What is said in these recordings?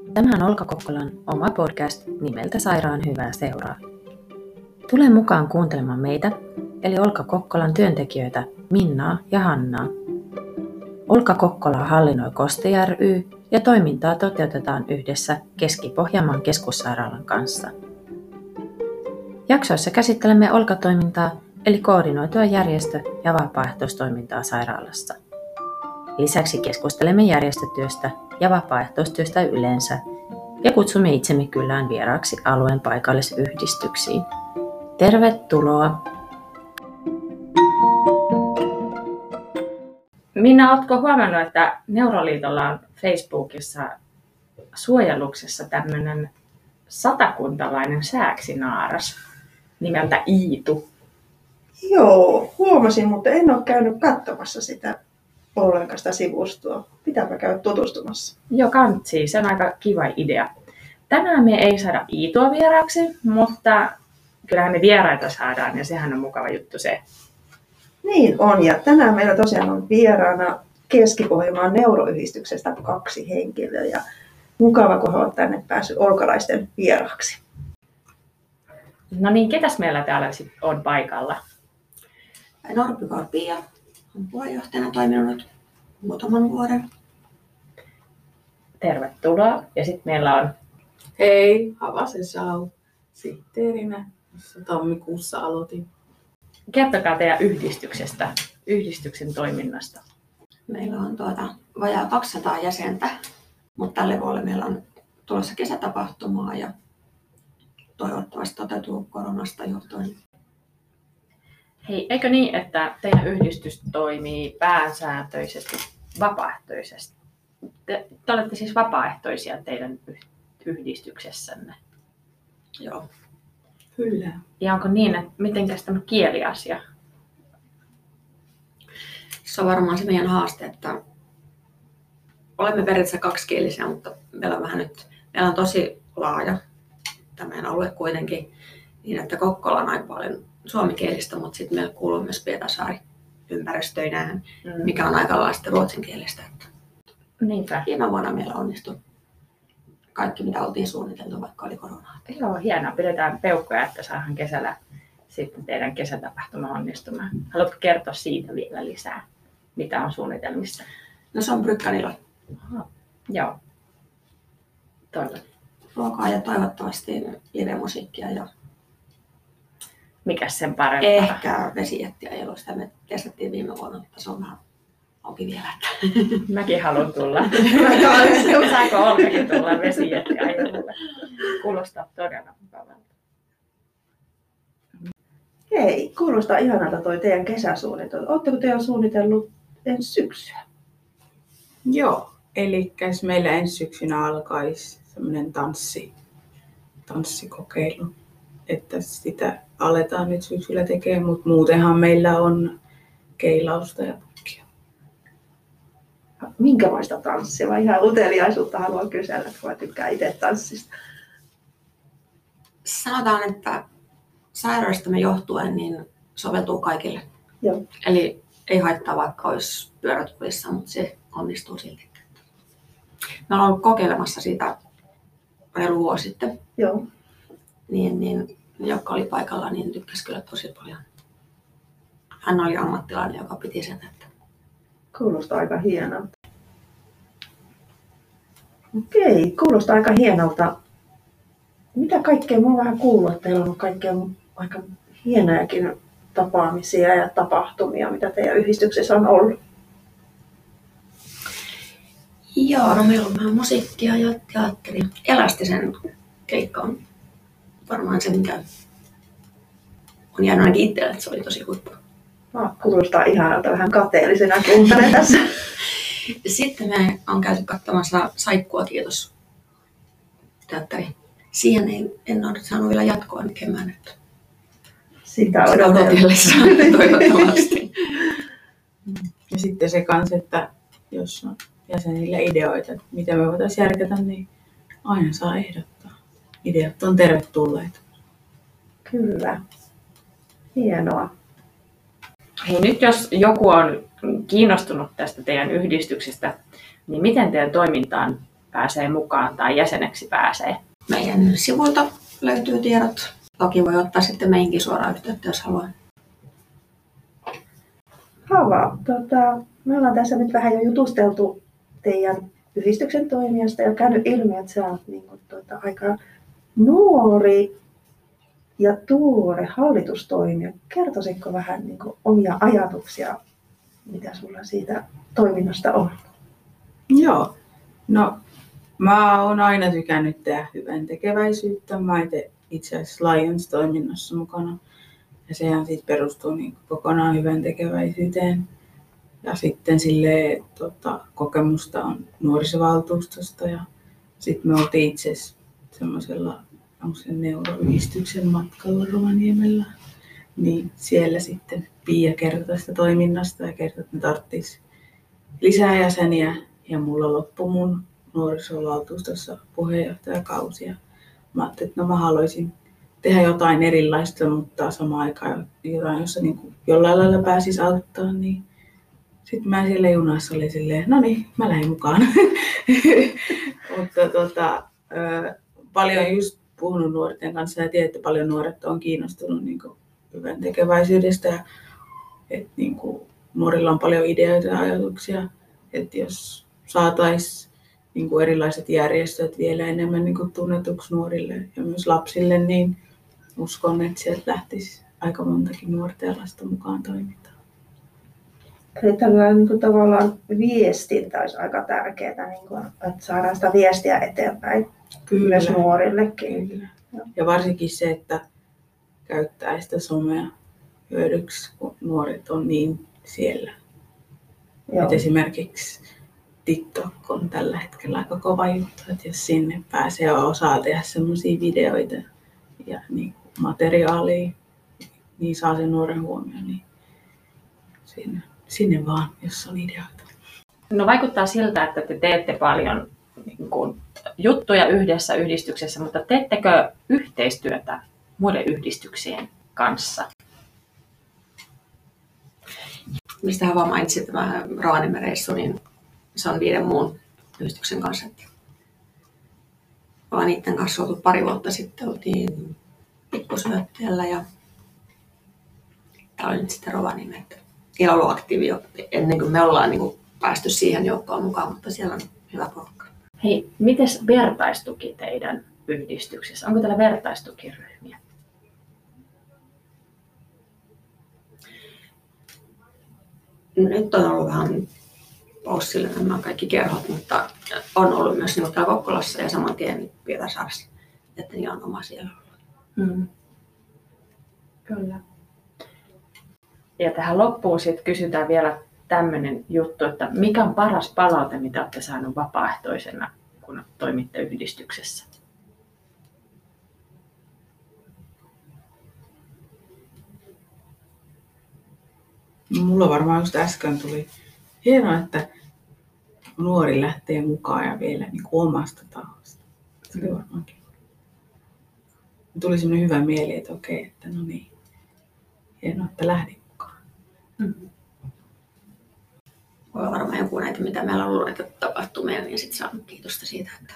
Tämä on Olka Kokkolan oma podcast nimeltä Sairaan hyvää seuraa. Tule mukaan kuuntelemaan meitä, eli Olka Kokkolan työntekijöitä Minnaa ja Hannaa. Olka Kokkola hallinnoi KOSTE ry ja toimintaa toteutetaan yhdessä Keski-Pohjanmaan keskussairaalan kanssa. Jaksoissa käsittelemme Olka-toimintaa, eli koordinoitua järjestö- ja vapaaehtoistoimintaa sairaalassa. Lisäksi keskustelemme järjestötyöstä ja vapaaehtoistyöstä yleensä ja kutsumme itsemme kylään vieraaksi alueen paikallisyhdistyksiin. Tervetuloa! Minna, oletko huomannut, että Neuroliitolla on Facebookissa suojeluksessa tämmöinen satakuntalainen sääksinaaras nimeltä Iitu? Joo, huomasin, mutta en ole käynyt katsomassa sitä ollenkaan sitä sivustoa. Pitääpä käydä tutustumassa. Joo, kantsii. Se on aika kiva idea. Tänään me ei saada Iitua vieraaksi, mutta kyllähän me vieraita saadaan ja sehän on mukava juttu se. Niin on, ja tänään meillä tosiaan on vieraana Keski-Pohjanmaan neuroyhdistyksestä 2 henkilöä. Ja mukava, kun he ovat tänne päässyt olkalaisten vieraaksi. No niin, ketäs meillä täällä sit on paikalla? Norppi-Pia on puheenjohtajana toiminut muutaman vuoden. Tervetuloa. Ja sitten meillä on... Hei, Havasen Sau, sihteerinä, jossa tammikuussa aloitin. Kertokaa teidän yhdistyksestä, yhdistyksen toiminnasta. Meillä on vajaa 200 jäsentä, mutta tälle vuodelle meillä on tulossa kesätapahtumaa ja toivottavasti toteutuu koronasta johtuen. Hei, eikö niin, että teidän yhdistys toimii pääsääntöisesti vapaaehtoisesti? Te olette siis vapaaehtoisia teidän yhdistyksessänne. Joo. Kyllä. Ja onko niin, että mitenkäs tämä kieliasia? Se on varmaan se meidän haaste, että olemme periaatteessa kaksikielisiä, mutta meillä on tosi laaja tämä meidän alue kuitenkin, niin että Kokkola on aika paljon suomenkielistä, mutta sitten meillä kuuluu myös Pietarsaari ympäristöinään, mikä on aika lailla ruotsinkielistä. Niinpä. Viime vuonna meillä onnistui kaikki, mitä oltiin suunniteltu, vaikka oli koronaa. Joo, hienoa. Pidetään peukkoja, että saadaan kesällä sitten teidän kesätapahtuma onnistumaan. Haluatko kertoa siitä vielä lisää, mitä on suunnitelmissa? No se on Brykkanilla. Joo. Toivon. Ruokaa ja toivottavasti live-musiikkia ja mikäs sen parempaa? ehkä vesijättiä ei ollut. Sitä me testattiin viime vuonna, mutta se on vähän auki vielä. Mäkin haluan tulla. Saako Olkakin tulla vesijättiä? Kuulostaa todella mukavalta. Hei, kuulostaa ihanalta toi teidän kesäsuunnittelu. Oletteko te suunnitellut ensi syksyä? Joo, eli meillä ensi syksynä alkaisi semmoinen tanssikokeilu, että sitä aletaan nyt syksyllä tekemään, mutta muutenhan meillä on keilausta ja pukkia. Minkälaista tanssia? Ihan uteliaisuutta haluan kysellä, kun tykkää itse tanssista. Sanotaan, että sairaudestamme johtuen niin soveltuu kaikille. Joo. Eli ei haittaa, vaikka olisi pyörät kulissa, mutta se onnistuu silti. Me ollaan ollut kokeilemassa sitä reilu vuosi sitten. Joo. Niin ne, jotka oli paikalla, niin tykkäsi kyllä tosi paljon. Hän oli ammattilainen, joka piti sen. Että... Kuulostaa aika hienolta. Okei, kuulostaa aika hienolta. Mitä kaikkea? Mä oon vähän kuullut, että teillä on kaikkea aika hienojakin tapaamisia ja tapahtumia, mitä teidän yhdistyksessä on ollut. Joo, no meillä on vähän musiikkia ja teatteri. Elastisen keikka on varmaan se, mikä on jäänyt ainakin itselle, että se oli tosi huippu. Kuulostaa ihanalta, vähän kateellisena kuuntelen tässä. Sitten me on käyty katsomassa Saikkua, kiitos, teatteri. Siihen en ole saanut vielä jatkoa näkemään nyt. Sitä odotellessa toivottavasti. Ja sitten se kans, että jos on jäsenillä ideoita, että mitä me voitaisiin järkätä, niin aina saa ehdottaa. Ideat on tervetulleita. Kyllä. Hienoa. Hei, nyt jos joku on kiinnostunut tästä teidän yhdistyksestä, niin miten teidän toimintaan pääsee mukaan tai jäseneksi pääsee? Meidän sivuilta löytyy tiedot. Toki voi ottaa sitten meihinkin suoraan yhteyttä, jos haluaa. Hava, me ollaan tässä nyt vähän jo jutusteltu teidän yhdistyksen toimijasta ja käynyt ilmi, että sä oot aika nuori ja tuore hallitustoimija. Kertoisitko vähän omia ajatuksia, mitä sulla siitä toiminnasta on? Joo, no mä oon aina tykännyt tehdä hyvän tekeväisyyttä. Mä itse asiassa Lions-toiminnassa mukana. Ja sehän siis perustuu kokonaan hyvän tekeväisyyteen. Ja sitten kokemusta on nuorisovaltuustosta. Ja sitten me oltiin itse asiassa semmoisella neuroyhdistyksen matkalla Rovaniemellä. Niin siellä sitten Pia kertoi tästä toiminnasta ja kertoi, että me tarvitsisi lisää jäseniä. Ja mulla loppui mun nuorisovaltuustossa puheenjohtajakausi. Ja mä ajattelin, että mä haluaisin tehdä jotain erilaista, mutta samaan aikaan jotain, jossa jollain lailla pääsisi auttaa. Niin sitten mä siellä junassa olin silleen, no niin, mä lähdin mukaan. Mutta paljon just puhunut nuorten kanssa ja tiedän, että paljon nuoret on kiinnostunut hyvän tekeväisyydestä. Ja, että nuorilla on paljon ideoita ja ajatuksia, että jos saataisiin erilaiset järjestöt vielä enemmän tunnetuksi nuorille ja myös lapsille, niin uskon, että sieltä lähtisi aika montakin nuorta ja lasta mukaan toimintaan. Eli tällainen tavallaan viestintä olisi aika tärkeää, että saadaan sitä viestiä eteenpäin. Kyllä. Myös nuorillekin. Kyllä. Ja varsinkin se, että käyttää sitä somea hyödyksi, kun nuoret on niin siellä. Et esimerkiksi TikTok on tällä hetkellä aika kova juttu, että jos sinne pääsee ja osaa tehdä semmoisia videoita ja materiaalia, niin saa sen nuoren huomioon, niin sinne vaan, jos on ideoita. No vaikuttaa siltä, että te teette paljon juttuja yhdessä yhdistyksessä, mutta teettekö yhteistyötä muiden yhdistyksien kanssa? Mistä Hava mainitsi tämä Rovaniemen reissu, niin se on 5 muun yhdistyksen kanssa. Ollaan niiden kanssa oltu pari vuotta sitten, oltiin Pikkusyötteellä ja tämä oli nyt sitten Rovaniemi. Niillä on ollut aktiivi jo ennen kuin me ollaan päästy siihen joukkoon mukaan, mutta siellä on hyvä porukka. Hei, mites vertaistuki teidän yhdistyksessä? Onko teillä vertaistukiryhmiä? Nyt on ollut vähän paussille nämä kaikki kerhot, mutta on ollut myös täällä Kokkolassa ja saman tien Pietarsaaressa, että niillä on oma siellä ollut. Kyllä. Ja tähän loppuun sitten kysytään vielä tämmöinen juttu, että mikä on paras palaute, mitä olette saaneet vapaaehtoisena, kun toimitte yhdistyksessä? Mulla varmaan just äsken tuli hienoa, että nuori lähtee mukaan ja vielä omasta tahosta. Se oli varmaan kiva. Tuli semmoinen hyvä mieli, että okei, että no niin, hienoa, että lähdin mukaan. Voi olla varmaan joku näitä, mitä meillä on ollut näitä tapahtumia, niin sitten saanut kiitosta siitä, että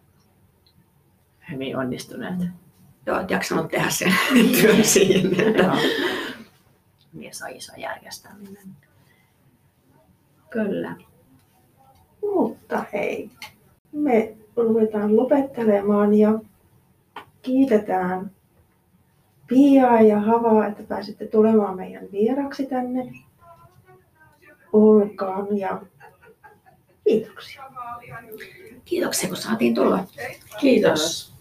hyvin onnistuneet. Joo, et jaksanut tehdä sen työn siinä. Mies on iso järjestäminen. Kyllä. Mutta hei, me ruvetaan lopettelemaan ja kiitetään Piaa ja Havaa, että pääsitte tulemaan meidän vieraksi tänne Olkaan ja kiitoksia. Kiitoksia, kun saatiin tulla. Kiitos.